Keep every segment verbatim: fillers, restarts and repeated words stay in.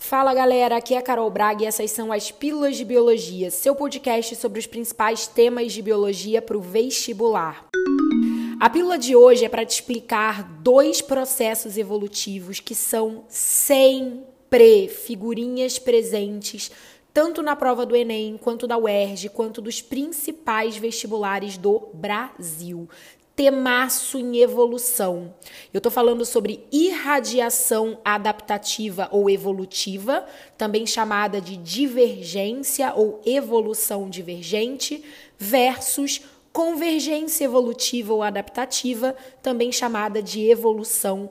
Fala galera, aqui é a Carol Braga e essas são as Pílulas de Biologia, seu podcast sobre os principais temas de biologia para o vestibular. A pílula de hoje é para te explicar dois processos evolutivos que são sempre figurinhas presentes tanto na prova do Enem, quanto da U E R J, quanto dos principais vestibulares do Brasil. Temaço em evolução. Eu tô falando sobre irradiação adaptativa ou evolutiva, também chamada de divergência ou evolução divergente, versus convergência evolutiva ou adaptativa, também chamada de evolução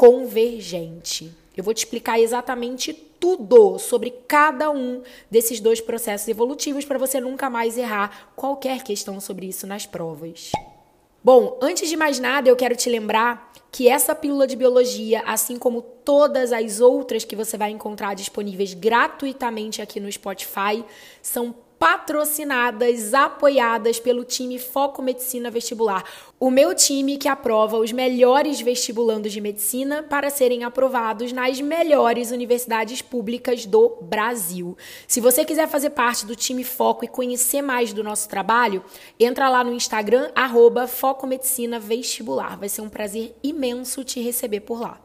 convergente. Eu vou te explicar exatamente tudo sobre cada um desses dois processos evolutivos para você nunca mais errar qualquer questão sobre isso nas provas. Bom, antes de mais nada, eu quero te lembrar que essa pílula de biologia, assim como todas as outras que você vai encontrar disponíveis gratuitamente aqui no Spotify, são patrocinadas, apoiadas pelo time Foco Medicina Vestibular. O meu time que aprova os melhores vestibulandos de medicina para serem aprovados nas melhores universidades públicas do Brasil. Se você quiser fazer parte do time Foco e conhecer mais do nosso trabalho, entra lá no Instagram, arroba Foco Medicina Vestibular. Vai ser um prazer imenso te receber por lá.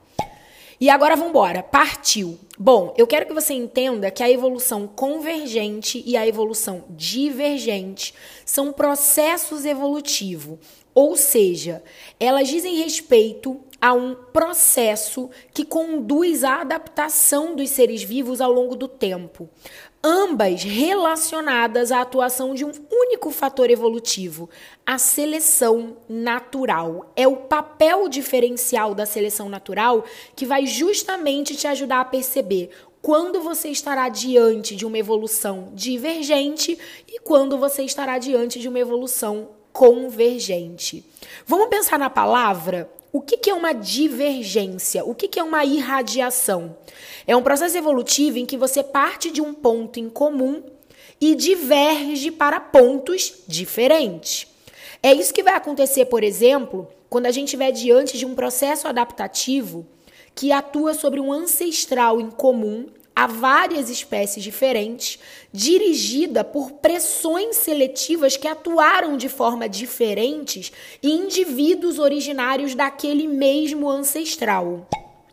E agora vamos embora, partiu. Bom, eu quero que você entenda que a evolução convergente e a evolução divergente são processos evolutivos, ou seja, elas dizem respeito a um processo que conduz à adaptação dos seres vivos ao longo do tempo, ambas relacionadas à atuação de um único fator evolutivo, a seleção natural. É o papel diferencial da seleção natural que vai justamente te ajudar a perceber quando você estará diante de uma evolução divergente e quando você estará diante de uma evolução convergente. Vamos pensar na palavra? O que é uma divergência? O que é uma irradiação? É um processo evolutivo em que você parte de um ponto em comum e diverge para pontos diferentes. É isso que vai acontecer, por exemplo, quando a gente estiver diante de um processo adaptativo que atua sobre um ancestral em comum a várias espécies diferentes, dirigida por pressões seletivas que atuaram de forma diferentes em indivíduos originários daquele mesmo ancestral.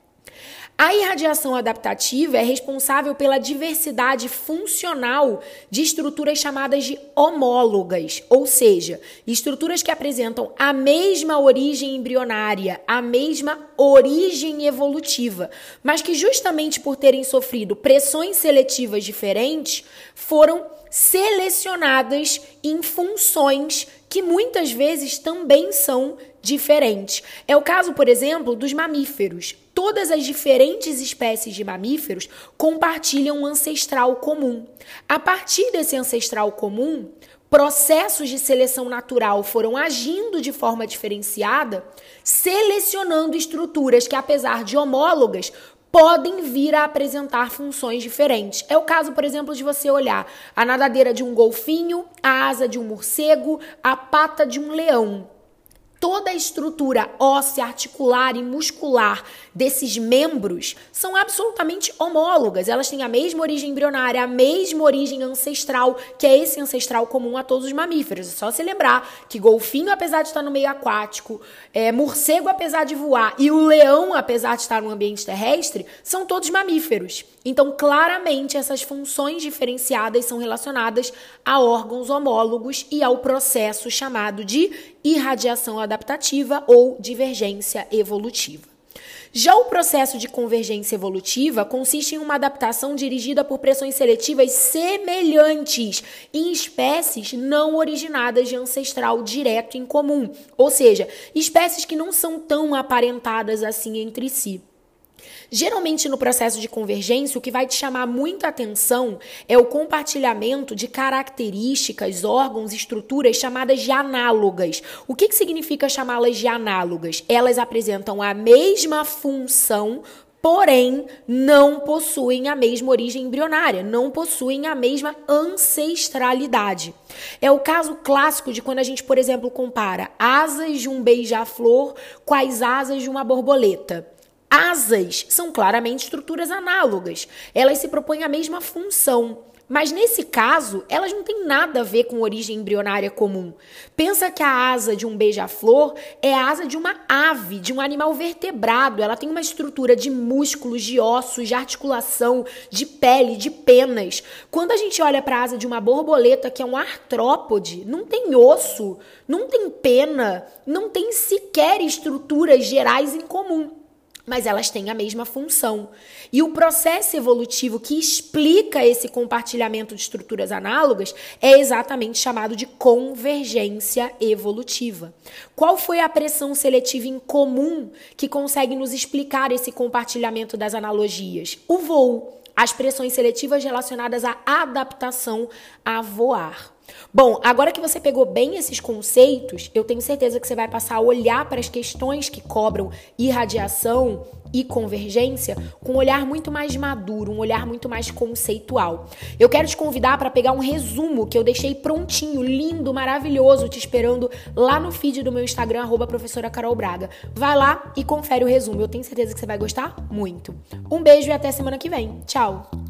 A irradiação adaptativa é responsável pela diversidade funcional de estruturas chamadas de homólogas, ou seja, estruturas que apresentam a mesma origem embrionária, a mesma origem evolutiva, mas que justamente por terem sofrido pressões seletivas diferentes, foram selecionadas em funções que muitas vezes também são diferentes. É o caso, por exemplo, dos mamíferos. Todas as diferentes espécies de mamíferos compartilham um ancestral comum. A partir desse ancestral comum, processos de seleção natural foram agindo de forma diferenciada, selecionando estruturas que, apesar de homólogas, podem vir a apresentar funções diferentes. É o caso, por exemplo, de você olhar a nadadeira de um golfinho, a asa de um morcego, a pata de um leão. Toda a estrutura óssea, articular e muscular desses membros são absolutamente homólogas. Elas têm a mesma origem embrionária, a mesma origem ancestral, que é esse ancestral comum a todos os mamíferos. É só se lembrar que golfinho, apesar de estar no meio aquático, é, morcego, apesar de voar, e o leão, apesar de estar no ambiente terrestre, são todos mamíferos. Então, claramente, essas funções diferenciadas são relacionadas a órgãos homólogos e ao processo chamado de irradiação adaptativa ou divergência evolutiva. Já o processo de convergência evolutiva consiste em uma adaptação dirigida por pressões seletivas semelhantes em espécies não originadas de ancestral direto em comum, ou seja, espécies que não são tão aparentadas assim entre si. Geralmente, no processo de convergência, o que vai te chamar muita atenção é o compartilhamento de características, órgãos, estruturas chamadas de análogas. O que, que significa chamá-las de análogas? Elas apresentam a mesma função, porém não possuem a mesma origem embrionária, não possuem a mesma ancestralidade. É o caso clássico de quando a gente, por exemplo, compara asas de um beija-flor com as asas de uma borboleta. Asas são claramente estruturas análogas. Elas se propõem a mesma função. Mas nesse caso, elas não têm nada a ver com origem embrionária comum. Pensa que a asa de um beija-flor é a asa de uma ave, de um animal vertebrado. Ela tem uma estrutura de músculos, de ossos, de articulação, de pele, de penas. Quando a gente olha para a asa de uma borboleta, que é um artrópode, não tem osso, não tem pena, não tem sequer estruturas gerais em comum. Mas elas têm a mesma função. E o processo evolutivo que explica esse compartilhamento de estruturas análogas é exatamente chamado de convergência evolutiva. Qual foi a pressão seletiva em comum que consegue nos explicar esse compartilhamento das analogias? O voo. As pressões seletivas relacionadas à adaptação a voar. Bom, agora que você pegou bem esses conceitos, eu tenho certeza que você vai passar a olhar para as questões que cobram irradiação e convergência com um olhar muito mais maduro, um olhar muito mais conceitual. Eu quero te convidar para pegar um resumo que eu deixei prontinho, lindo, maravilhoso, te esperando lá no feed do meu Instagram, arroba professora Carol Braga. Vai lá e confere o resumo. Eu tenho certeza que você vai gostar muito. Um beijo e até semana que vem. Tchau!